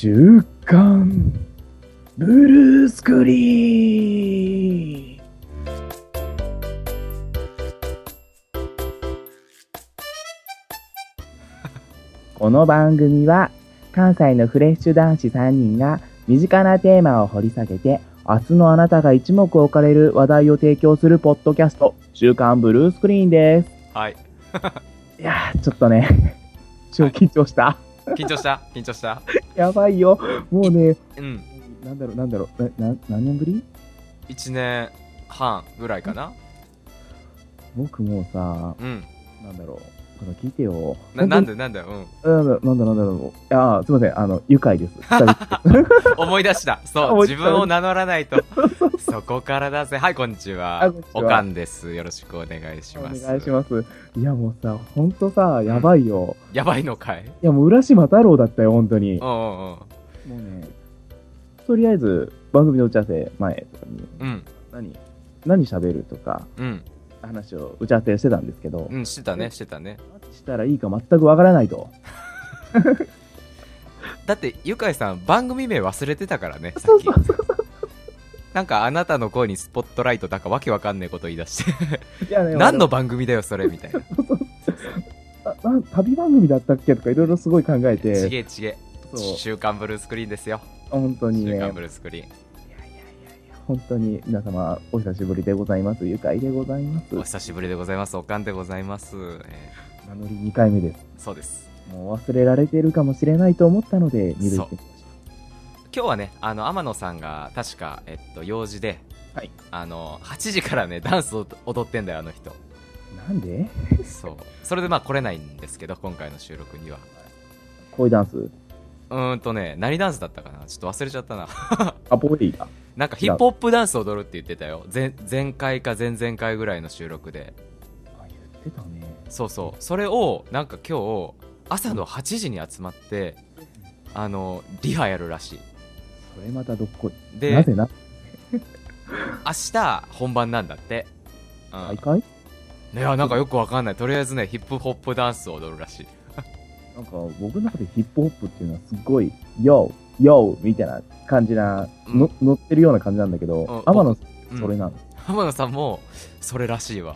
週刊ブルースクリーン。この番組は関西のフレッシュ男子3人が身近なテーマを掘り下げて、明日のあなたが一目置かれる話題を提供するポッドキャスト、週刊ブルースクリーンです。 はい。 いやー、ちょっとね、超緊張した。 緊張した。 やばいよ。もうね、 うん。 なんだろう、何年ぶり ?1 年半ぐらいかな。 僕もうさ、なんだろう、これ聞いてよ。 なんだよ、 なんだろう。いや、すいません、愉快です。 思い出した。そう、自分を名乗らないと。そこからだぜ。はい、こんにちは。おかんです。よろしくお願いします。 お願いします。いや、もうさ、ほんとさ、やばいよ。 やばいのかい？ いや、もう浦島太郎だったよ、ほんとに。 もうね、とりあえず、番組の打ち合わせ前とかに、何喋るとか、話を打ち合わせしてたんですけど、 してたね。 何したらいいか全くわからないと。 だって、ゆかいさん、番組名忘れてたからね、さっき。なんか、あなたの声にスポットライトだかわけわかんねえこと言い出して。何の番組だよ、それ、みたいな。 旅番組だったっけとかいろいろすごい考えて。 ちげえ。週刊ブルースクリーンですよ。 本当にね。 週刊ブルースクリーン。 本当に皆様お久しぶりでございます。ゆかいでございます。 お久しぶりでございます。おかんでございます。名乗り2回目です。 そうです。 もう忘れられているかもしれないと思ったので見るってきました。 今日はね、天野さんが確か、用事で、 はい、 8時からねダンスを踊ってんだよ、あの人。 なんで？ そう。それでまあ来れないんですけど、今回の収録には。 こういうダンス？ 何ダンスだったかな、ちょっと忘れちゃったな。 アポエイだ。 なんかヒップホップダンス踊るって言ってたよ。前回か前々回ぐらいの収録で。 あ、言ってたね。 そう。それをなんか今日朝の8時に集まって、リハやるらしい。 それまたどっこい。 で、 なぜな。 明日本番なんだって。 大会？いや、なんかよくわかんない。とりあえずね、ヒップホップダンスを踊るらしい。 なんか僕の中でヒップホップっていうのはすごいヨーみたいな感じな、乗ってるような感じなんだけど、天野さんそれなの？ 天野さんもそれらしいわ。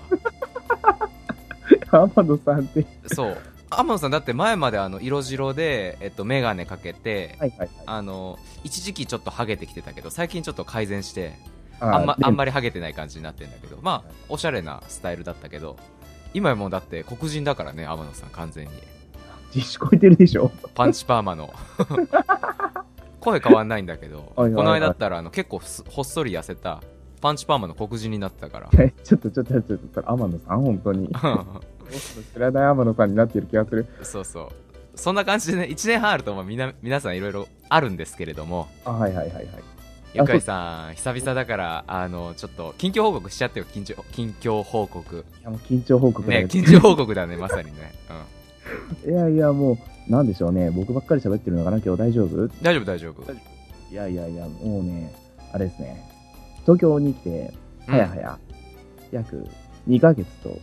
天野さんってそう、天野さんだって前まで色白で、メガネかけて、一時期ちょっとハゲてきてたけど、最近ちょっと改善してあんまりハゲてない感じになってるんだけど、まあおしゃれなスタイルだったけど、今はもうだって黒人だからね、天野さん完全に。 自主超えてるでしょ。 パンチパーマの声変わんないんだけど、この間だったら結構ほっそり痩せたパンチパーマの黒人になってたから。 ちょっと天野さん本当に知らない天野さんになってる気がする。 そう、そんな感じでね、1年半あると皆さんいろいろあるんですけれども、 はい。 ゆかいさん久々だからちょっと近況報告しちゃってよ。近況報告。 いやもう緊張報告ね、緊張報告だねまさにね。 いやもうなんでしょうね、僕ばっかり喋ってるのかな。今日大丈夫？大丈夫。いやもうね、あれですね、東京に来てはや約2ヶ月と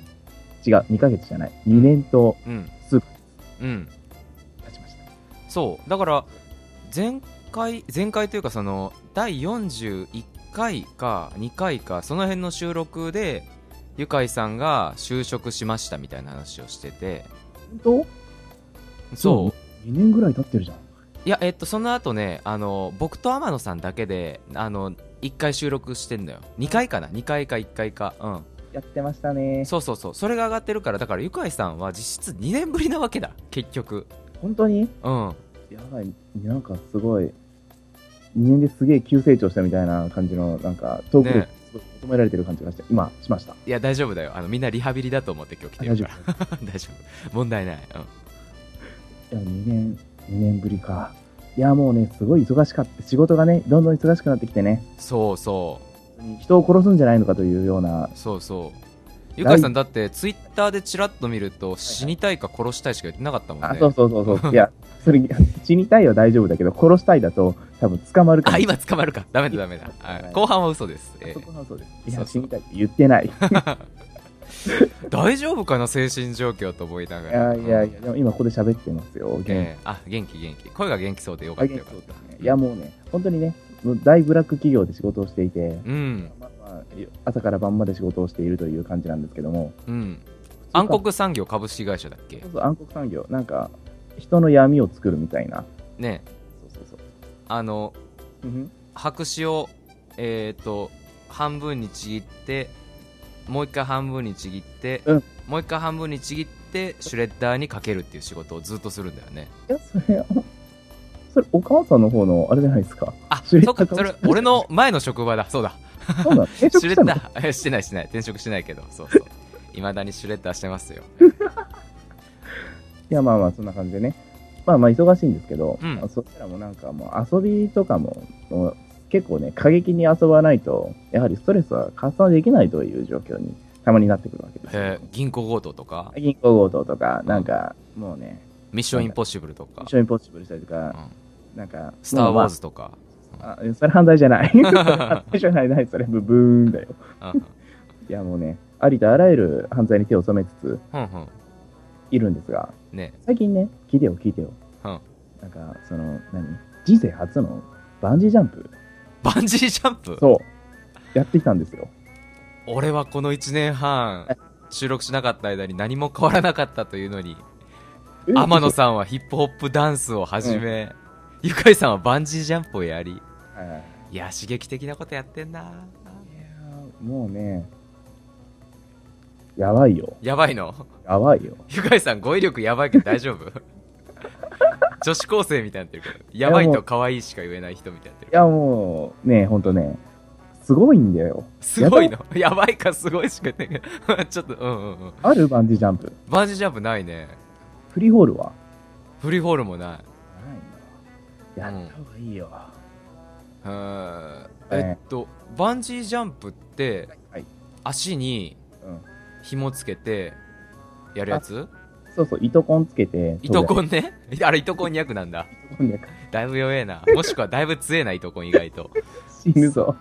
2ヶ月じゃない、2年と数ヶ月経ちました。 そうだから前回というか、その第41回か2回かその辺の収録でゆかいさんが就職しましたみたいな話をしてて。 本当？そう2年ぐらい経ってるじゃん。 いや、その後ね、僕と天野さんだけで1回収録してんのよ。2回かな、2回か1回か。 やってましたね。 そう、それが上がってるから、だからゆかいさんは実質2年ぶりなわけだ、結局。 本当に？ やばい、なんかすごい2年ですげえ急成長したみたいな感じの、なんかトークですごい求められてる感じがして今しました。 いや大丈夫だよ、みんなリハビリだと思って今日来てるから大丈夫、問題ない。 いや2年ぶりか。いやもうね、すごい忙しかった。仕事がねどんどん忙しくなってきてね。 そう人を殺すんじゃないのかというような。 そうゆかいさんだってツイッターでチラッと見ると、死にたいか殺したいしか言ってなかったもんね。 そういやそれ死にたいは大丈夫だけど、殺したいだと多分捕まるから。 今捕まるか。ダメだ後半は嘘です。 後半は嘘です。いや死にたいって言ってない大丈夫かな精神状況と思いながら。 いやでも今ここで喋ってますよ。 元気声が元気そうでよかったよかった、 いやもうね本当にね大ブラック企業で仕事をしていて、朝から晩まで仕事をしているという感じなんですけども、 暗黒産業株式会社だっけ。 そう暗黒産業、なんか人の闇を作るみたいなね。白紙を半分にちぎってもう一回半分にちぎって、もう一回半分にちぎってシュレッダーにかけるっていう仕事をずっとするんだよね。 いやそれお母さんの方のあれじゃないですか。 そうか、それ俺の前の職場だ。そうだ。 そうだシュレッダーしてない転職してないけど、そういまだにシュレッダーしてますよ。 いやそんな感じでね、忙しいんですけど、そしたらもうなんかもう遊びとかも結構ね過激に遊ばないとやはりストレスは発散できないという状況にたまになってくるわけですよ。 銀行強盗とかなんかもうねミッションインポッシブルとかしたりとか、なんかスター・ウォーズとか、 それ犯罪じゃない犯罪じゃないそれブブーンだよ。いやもうねありとあらゆる犯罪に手を染めつついるんですが、最近ね聞いてよ、なんか人生初のバンジージャンプそうやってきたんですよ。 俺はこの1年半収録しなかった間に何も変わらなかったというのに、天野さんはヒップホップダンスを始め、ゆかいさんはバンジージャンプをやり、いや刺激的なことやってんな。いやもうねやばいよ。 やばいの？ やばいよ。 ゆかいさん語彙力やばいけど大丈夫？女子高生みたいになってるけど、やばいと可愛いしか言えない人みたいになってる。 いやもうねほんとねすごいんだよ。 すごいの？やばいかすごいしか言ってないちょっとあるバンジージャンプ？ バンジージャンプないね。 フリーホールは？ フリーホールもない。 やった方がいいよ。 バンジージャンプって、足に紐つけてやるやつ？ そう糸コンつけて。 糸コンね。あれ糸コン200なんだ。だいぶ弱えな。もしくはだいぶ強えな糸コン意外と。 死ぬぞ。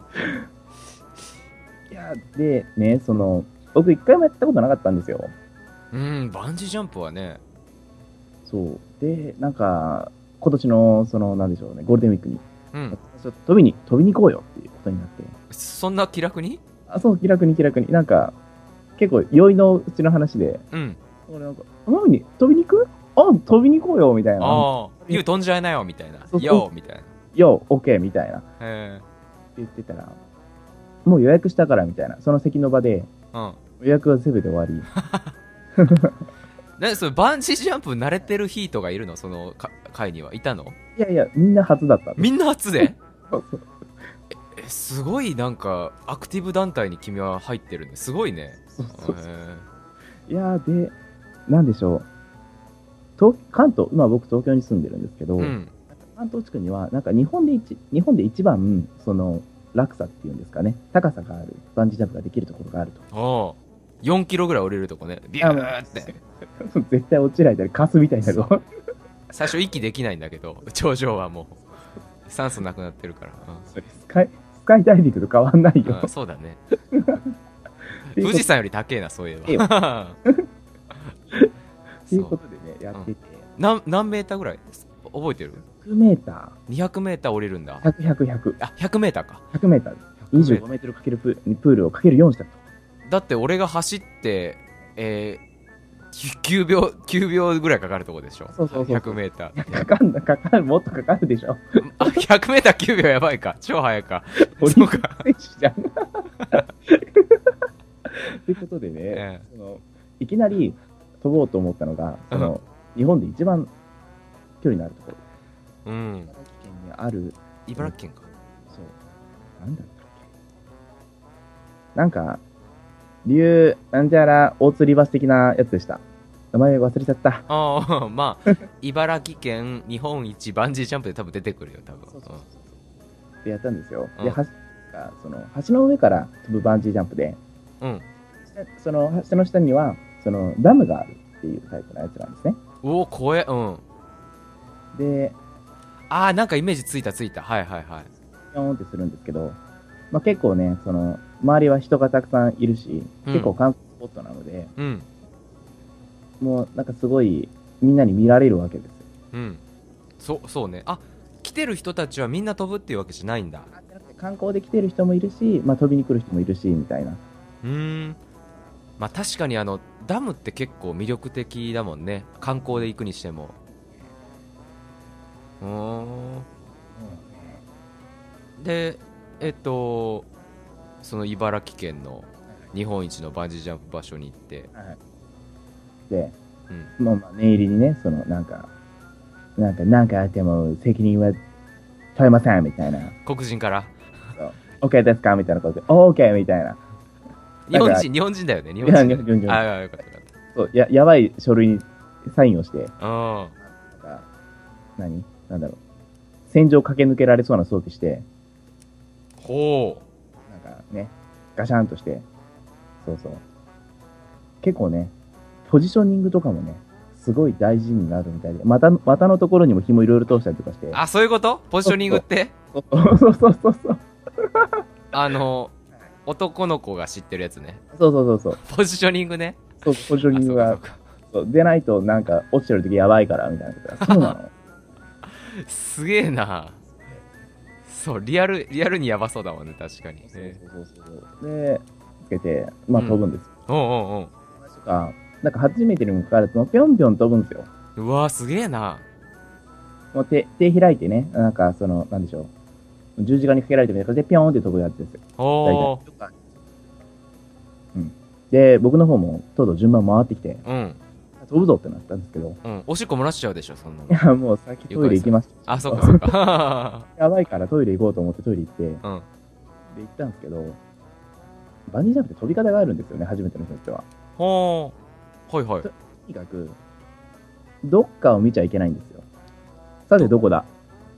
いやでね僕一回もやったことなかったんですよ。 バンジージャンプはね。 そうでなんか今年のなんでしょうねゴールデンウィークに、飛びに行こうよっていうことになって。 そんな気楽に？ そう気楽になんか結構酔いのうちの話で、俺なんか何飛びに行く？飛びに行こうよみたいな。 ユー飛んじゃいなよみたいな。ヨーみたいな。 ヨーオッケーみたいな。って言ってたらもう予約したからみたいな、その席の場で、予約は全て終わり。 それバンジージャンプ慣れてるヒートがいるの？その会にはいたの？ いやみんな初だった。 みんな初で？ そうすごいなんかアクティブ団体に君は入ってるね。すごいね。 いやでなんでしょう、関東今僕東京に住んでるんですけど、関東地区にはなんか日本で一番落差っていうんですかね、高さがあるバンジージャンプができるところがあると。 4キロぐらい降りるとこね。ビューって絶対落ちないでカスみたいになる。 最初息できないんだけど頂上はもう酸素なくなってるから、 それスカイダイビングと変わんないよ。 そうだね。富士山より高えなそういえば。 ということでねやってて、 何メーターぐらい覚えてる ？100メーター 200メーター降りるんだ。 100 あ、100メーターか。 100メーター25メートルかけるプールをかける4したと。 だって俺が走って9秒ぐらいかかるとこでしょ。 そう 100メーターかかるもっとかかるでしょ。 100メーター9秒やばいか、超速いか。 そうかじゃん。ということでね、いきなり飛ぼうと思ったのが日本で一番距離のあるところ、茨城県にある。 茨城県か。 そうなんだっけ、なんか竜なんちゃら大釣り橋的なやつでした。名前忘れちゃった。 まあ茨城県日本一バンジージャンプで多分出てくるよ多分。 でやったんですよ。で橋の上から飛ぶバンジージャンプで、その橋の下にはダムがあるっていうタイプのやつなんですね。 怖え。でなんかイメージついた。はいはいはい。 ピョーンってするんですけど、結構ね周りは人がたくさんいるし、結構観光スポットなので、 うん、 もうなんかすごいみんなに見られるわけですよ。 うん、そうね。あ、来てる人たちはみんな飛ぶっていうわけじゃないんだ。 観光で来てる人もいるし、まあ、飛びに来る人もいるしみたいな。 まあ確かにダムって結構魅力的だもんね、観光で行くにしても。でその茨城県の日本一のバンジージャンプ場所に行って、はい、 で、まあ念入りにね、そのなんかあっても責任は問えませんみたいな、 黒人から OK ですかみたいなことで OK みたいな。 日本人だよね。日本人。ああ、よかった。 そう、やばい書類にサインをして、なんだろう、戦場駆け抜けられそうな装備して、 ほう、なんかね、ガシャンとして、そう、結構ね、ポジショニングとかもね、すごい大事になるみたいで、股のところにも紐いろいろ通したりとかして。 あ、そういうこと？ポジショニングって？ そう。 男の子が知ってるやつね。 そう。 ポジショニングね。 そう、ポジショニングが。そうでないとなんか落ちてるときやばいからみたいなこと。そうなの。 すげえな。そう、リアルにやばそうだもんね、確かに。 そうで、つけて、まあ飛ぶんです。なんか初めてにもかかわらず、ぴょんぴょん飛ぶんですよ。 うわー、すげえな。 もう手開いてね、なんかなんでしょう。十字架にかけられてみたいな感じでピョーンって飛ぶやつですよ。大体。で、僕の方もとうとう順番回ってきて、飛ぶぞってなったんですけど、 おしっこ漏らしちゃうでしょ、そんなの。 いや、もう先トイレ行きました。 あ、そっか。 やばいからトイレ行こうと思ってトイレ行って、で、行ったんですけど、バンジージャンプって飛び方があるんですよね、初めての人にとっては。 はい。 とにかく、どっかを見ちゃいけないんですよ。さて、どこだ？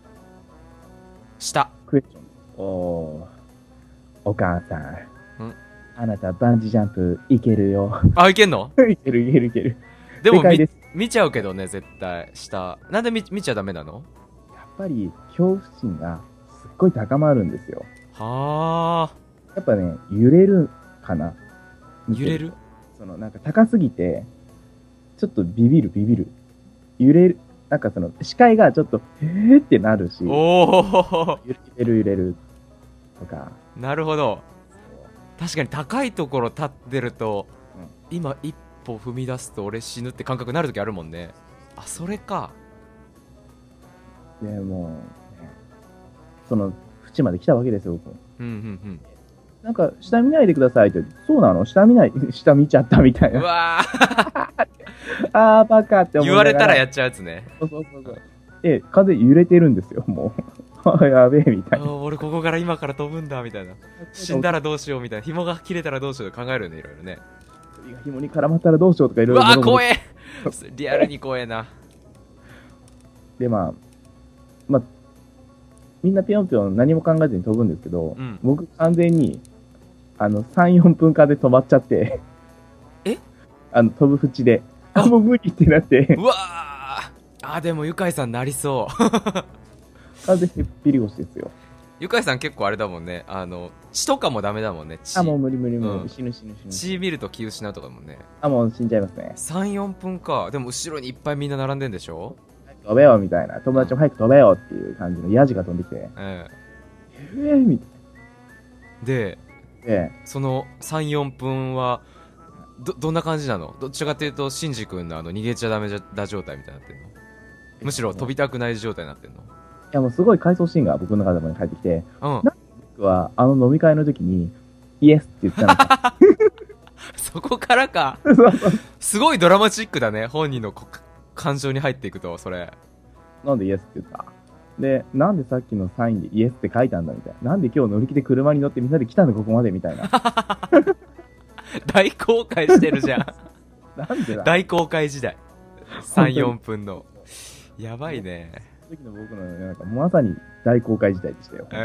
下。 クエスチョン。お母さん。あなた、バンジージャンプ、いけるよ。 あ、いけんの？ いける。 でも見ちゃうけどね、絶対。下。なんで見ちゃダメなの？ やっぱり、恐怖心がすっごい高まるんですよ。 はやっぱね、揺れるかな。 揺れる？ なんか高すぎて、ちょっとビビる。揺れる。なんか視界がちょっと、ってなるし。揺れる。とか。 なるほど。確かに高いところ立ってると、今一歩踏み出すと俺死ぬって感覚になるときあるもんね。あ、それか。 でもう、ね、縁まで来たわけですよ、僕。なんか、下見ないでくださいって。そうなの？下見ちゃったみたいな。 うわあー、バカって思言われたらやっちゃうやつね。 そう。完全に揺れてるんですよ、もう。やべえ、みたいな。 俺ここから今から飛ぶんだ、みたいな。死んだらどうしよう、みたいな。紐が切れたらどうしようと考えるね、いろいろね。 紐に絡まったらどうしようとかいろいろ。 うわー、怖えリアルに怖えな。 で、まあ、みんなぴょんぴょん何も考えずに飛ぶんですけど、僕完全に、3、4分間で止まっちゃって。飛ぶ縁で。もう無理ってなって。 うわー、でもゆかいさんなりそう。 完全にへっぴり腰ですよ。 ゆかいさん結構あれだもんね。血とかもダメだもんね。 もう無理。死ぬ。 血見ると気失うとかもんね。 もう死んじゃいますね。 3、4分か。でも後ろにいっぱいみんな並んでんでしょ？ 飛べよみたいな。友達も早く飛べよっていう感じのヤジが飛んできて。みたいな。で、その3、4分は、どんな感じなの？どっちかっていうと、シンジ君の逃げちゃダメだ状態みたいになってんの？むしろ飛びたくない状態になってんの？いや、もうすごい回想シーンが僕の中でも入ってきて、僕は飲み会の時に、イエスって言ったのか。 そこからか。すごいドラマチックだね、本人の感情に入っていくと、それ。 なんでイエスって言った？で、なんでさっきのサインでイエスって書いたんだみたいな。なんで今日乗り気で車に乗ってみんなで来たのここまでみたいな。 大公開してるじゃん。 なんでだ？ 大公開時代。3、4分の。やばいね。 その時の僕のなんかまさに大公開時代でしたよ。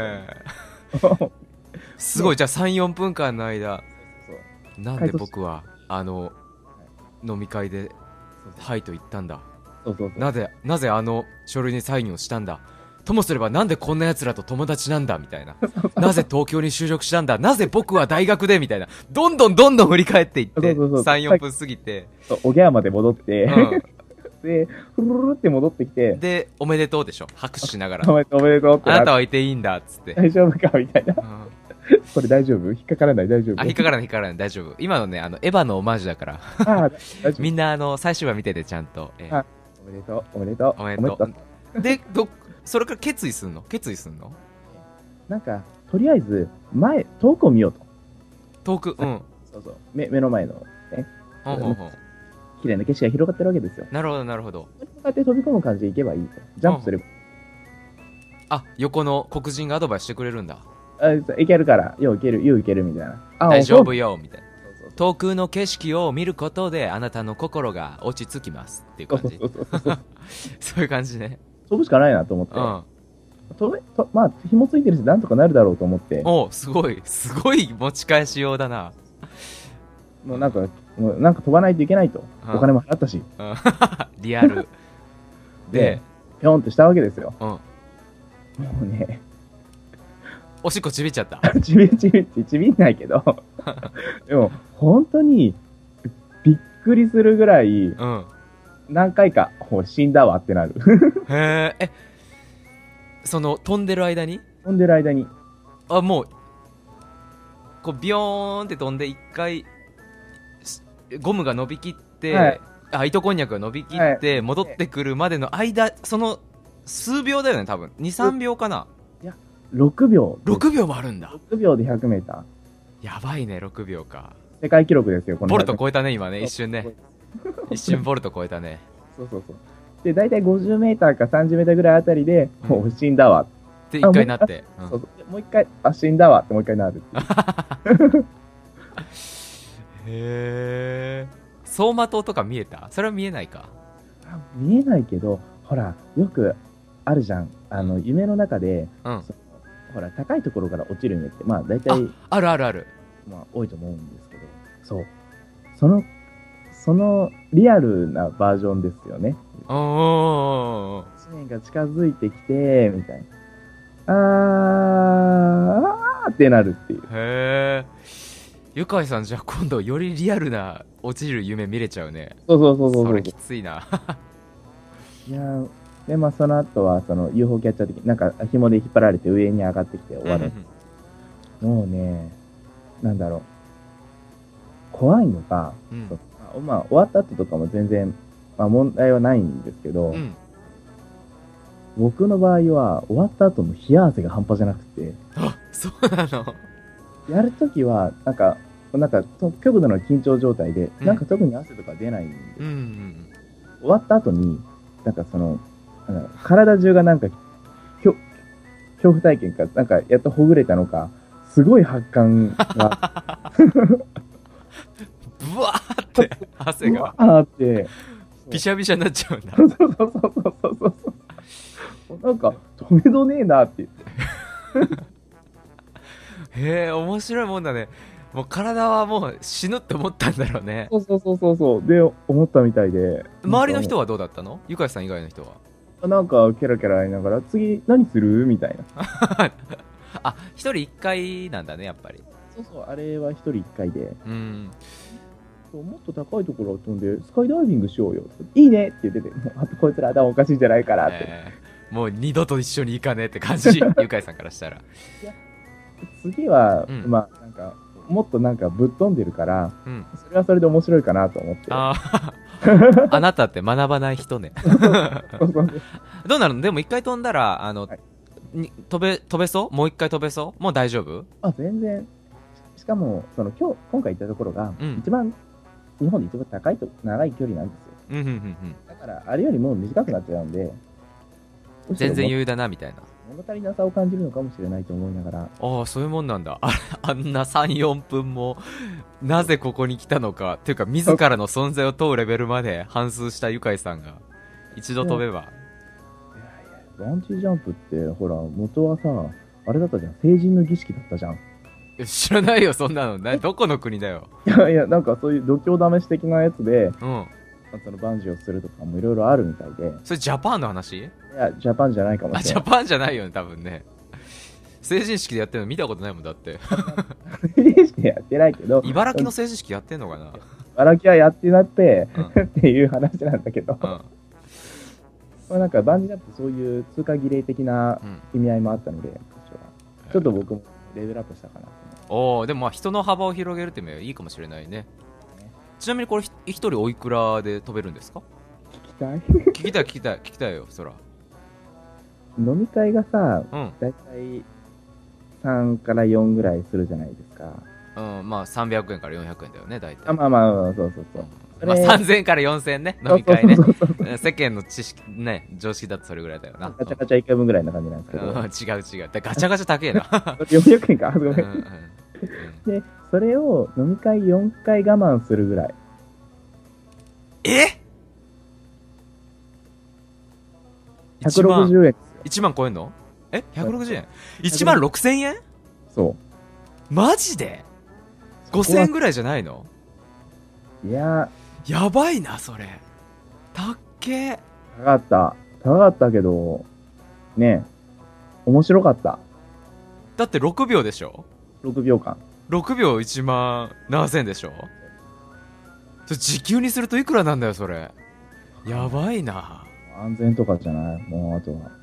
すごい、じゃあ3、4分間の間、なんで僕は飲み会ではいと言ったんだ。なぜ書類にサインをしたんだ。 ともすればなんでこんな奴らと友達なんだみたいななぜ東京に就職したんだ、なぜ僕は大学でみたいな、どんどん振り返っていって、3、4分過ぎておぎゃーまで戻って、でふるるって戻ってきて、 でおめでとうでしょ、拍手しながらおめでとうって、 あなたはいていいんだっつって、 大丈夫かみたいな、これ大丈夫、引っかからない、大丈夫、 引っかからない大丈夫、今のねエヴァのオマージュだからみんな最終話見ててちゃんと、 おめでとうでそれから決意すんのなんかとりあえず遠くを見ようと、 遠く、 そう目の前のね、綺麗な景色が広がってるわけですよ。 なるほど。 こうやって飛び込む感じで行けばいいと。ジャンプすれば。 横の黒人がアドバイスしてくれるんだ。 いけるから、いけるみたいな。 大丈夫よみたいな。遠くの景色を見ることであなたの心が落ち着きますっていう感じ。そういう感じね。 飛ぶしかないなと思って。まあ紐ついてるしなんとかなるだろうと思って。 すごい持ち返しようだな。 もうなんか飛ばないといけないと、お金も払ったし、 リアルでぴょんってしたわけですよ。もうね、 おしっこちびっちゃった。 ちびんないけどでも本当にびっくりするぐらい、何回か死んだわってなるへえ。その飛んでる間にもうこうビヨーンって飛んで一回ゴムが伸びきって、糸こんにゃくが伸びきって、戻ってくるまでの間、その数秒だよね、多分2、3秒かな。 いや6秒もあるんだ。 6秒で 100m、 やばいね。6秒か。 世界記録ですよ。このボルト超えたね今ね、一瞬ボルト超えたね。 そうで大体 50m か 30m ぐらいあたりでもう死んだわって一回なって、 もう一回死んだわってもう一回なるへえ。走馬灯とか見えた？それは見えないか。 見えないけど、ほらよくあるじゃん、夢の中で、ほら高いところから落ちる夢って、まあ大体ある、 まあ多いと思うんですけど、そのリアルなバージョンですよね。地面が近づいてきてみたいな、あーってなるっていう。 へえ。ゆかいさん、じゃあ今度よりリアルな落ちる夢見れちゃうね。 そうそれきついな。 いやでまあその後はその UFO キャッチャー的になんか紐で引っ張られて上に上がってきて終わる。もうね、なんだろう、怖いのか、まあ終わった後とかも全然、まあ、問題はないんですけど、僕の場合は終わった後の冷や汗が半端じゃなくて。 そうなの？ やるときはなんか極度の緊張状態で、なんか特に汗とか出ないんです、終わった後になんかその体中がなんか恐怖体験かなんかやっとほぐれたのか、すごい発汗がブワーって汗がびしゃびしゃになっちゃうんだ。 なんか止めどねえなって言ってへえ、面白いもんだね。もう体はもう死ぬって思ったんだろうね。 そうで思ったみたいで。 周りの人はどうだったの？ゆかいさん以外の人は。 なんかケラケラ言いながら次何するみたいな。 一人一回なんだね、やっぱり。 あれは一人一回で。もっと高いところを飛んでスカイダイビングしようよ。いいねって言ってて、もうこいつら頭おかしいんじゃないかなって。 もう二度と一緒に行かねえって感じ。ゆかいさんからしたら。いや次は、まあなんかもっとなんかぶっ飛んでるから、それはそれで面白いかなと思って。 あなたって学ばない人ね。どうなるの？でも一回飛んだら飛べそう？もう一回飛べそう？もう大丈夫？ 全然。しかも今回行ったところが、一番日本で一番長い距離なんですよ。だからあれよりも短くなっちゃうんで、 全然余裕だなみたいな。 物足りなさを感じるのかもしれないと思いながら。 そういうもんなんだ。あんな3、4分もなぜここに来たのかっていうか、自らの存在を問うレベルまで反芻したゆかいさんが一度飛べば。 バンジージャンプってほら元はさ、あれだったじゃん、成人の儀式だったじゃん。 知らないよそんなの。どこの国だよ。 いやなんかそういう度胸試し的なやつで、 そのバンジーをするとかもいろいろあるみたいで。 それジャパンの話？いや、ジャパンじゃないかもしれない。 ジャパンじゃないよね、多分ね。成人式でやってるの見たことないもんだって。 成人式でやってないけど。 茨城の成人式やってんのかな？ 茨城はやってなって、っていう話なんだけど。まあなんかバンジージャンプそういう通過儀礼的な意味合いもあったので、ちょっと僕もレベルアップしたかなと思う。おー、でもまあ人の幅を広げるって意味はいいかもしれないね。ちなみにこれ一人おいくらで飛べるんですか？聞きたい聞きたいよ、そら。 飲み会がさ、だいたい3から4ぐらいするじゃないですか。 まあ300円から400円だよね、大体。 まあ、そう。 まあ3000円から4000円ね、飲み会ね。世間の知識ね、常識だとそれぐらいだよな。 ガチャガチャ1回分ぐらいな感じなんですけど。 違う。ガチャガチャ高えな。 400円か、ごめん。で、それを飲み会4回我慢するぐらい。160円。 1万超えんの？160円 ?1 万6000円？ そう。 マジで ?5000 円ぐらいじゃないの？ いややばいな、それ。たっけ。 高かったけど、ね、面白かった。 だって6秒でしょ？ 6 秒間。 6秒1万7000円でしょ？時給にするといくらなんだよ、それ。やばいな。 安全とかじゃない？もうあとは。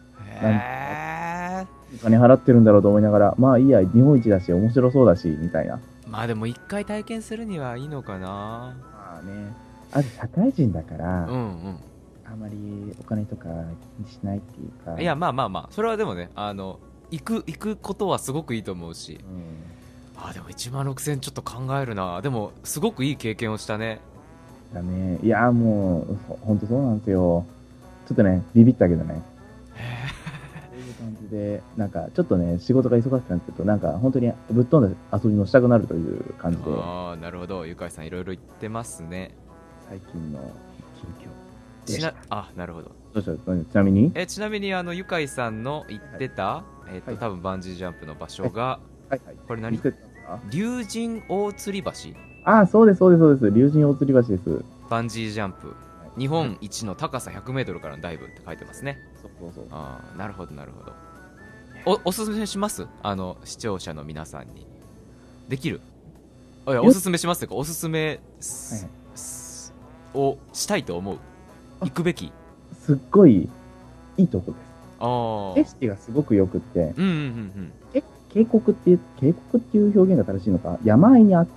お金払ってるんだろうと思いながら、まあいいや、日本一だし、面白そうだし、みたいな。 まあでも一回体験するにはいいのかな。 まあね。あと社会人だから、あまりお金とか気にしないっていうか。 いや、まあ、それはでもね、行くことはすごくいいと思うし。でも1万6000円ちょっと考えるな。でも、すごくいい経験をしたね。 だね。いや、もう、ほんとそうなんですよ。ちょっとね、ビビったけどね。そういう感じで、なんか、ちょっとね、仕事が忙しくなってると、なんか、本当にぶっ飛んだ遊びもしたくなるという感じで。 ああ、なるほど。ゆかいさん、いろいろ言ってますね。 最近の近況。 なるほど。 どうした？ちなみにちなみに、ゆかいさんの言ってた、多分バンジージャンプの場所が、これ何？竜神大吊り橋？ そうです。竜神大吊り橋です。 バンジージャンプ。日本一の高さ100メートルからのダイブって書いてますね。 そう。 なるほど。おすすめします？視聴者の皆さんに。できる？おすすめしますというか、おすすめをしたいと思う。行くべき。 すっごいいいとこです。景色がすごく良くって、渓谷っていう表現が正しいのか、山あいにあって、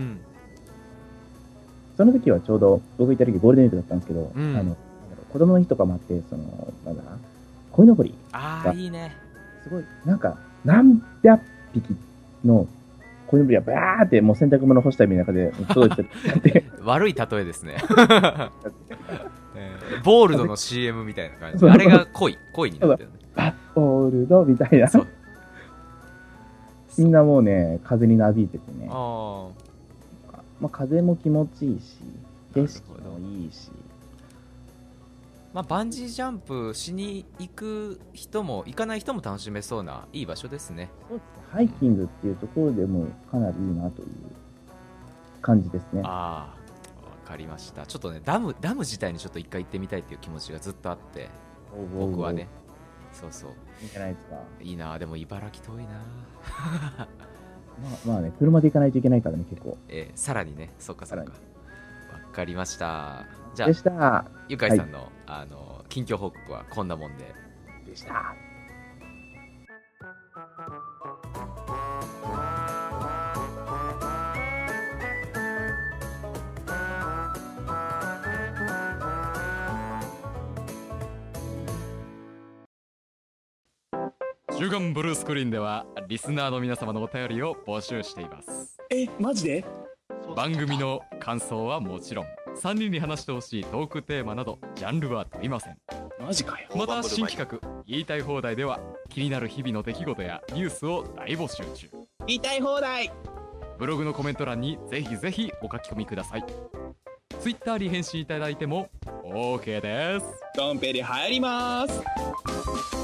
その時はちょうど僕行った時ゴールデンウィークだったんですけど、子供の日とかもあって、鯉のぼりがいいね。 すごいなんか何百匹の鯉のぼりがバーってもう洗濯物干したみたいな中で届いて悪い例えですね。ボールドの CM みたいな感じ。あれが鯉になってる、 ボールドみたいな。みんなもうね、風になびいててね。風も気持ちいいし、景色もいいし。 バンジージャンプしに行く人も行かない人も楽しめそうないい場所ですね。 そうですね。ハイキングっていうところでもかなりいいなという感じですね。 わかりました。ちょっとね、ダム自体にちょっと一回行ってみたいっていう気持ちがずっとあって、僕はね。そう。 いいじゃないですか。 いいな。でも茨城遠いな。 まあね、車で行かないといけないからね、結構。 さらにね、そっか。わかりました。じゃあ、 ゆかいさんの、近況報告はこんなもんで。 でした。 週刊ブルースクリーンではリスナーの皆様のお便りを募集しています。 マジで？ 番組の感想はもちろん、3人に話してほしいトークテーマなどジャンルは問いません。 マジかよ。 また新企画言いたい放題では気になる日々の出来事やニュースを大募集中。 言いたい放題。 ブログのコメント欄にぜひぜひお書き込みください。ツイッターに返信いただいても OK です。 ドンペリ入ります。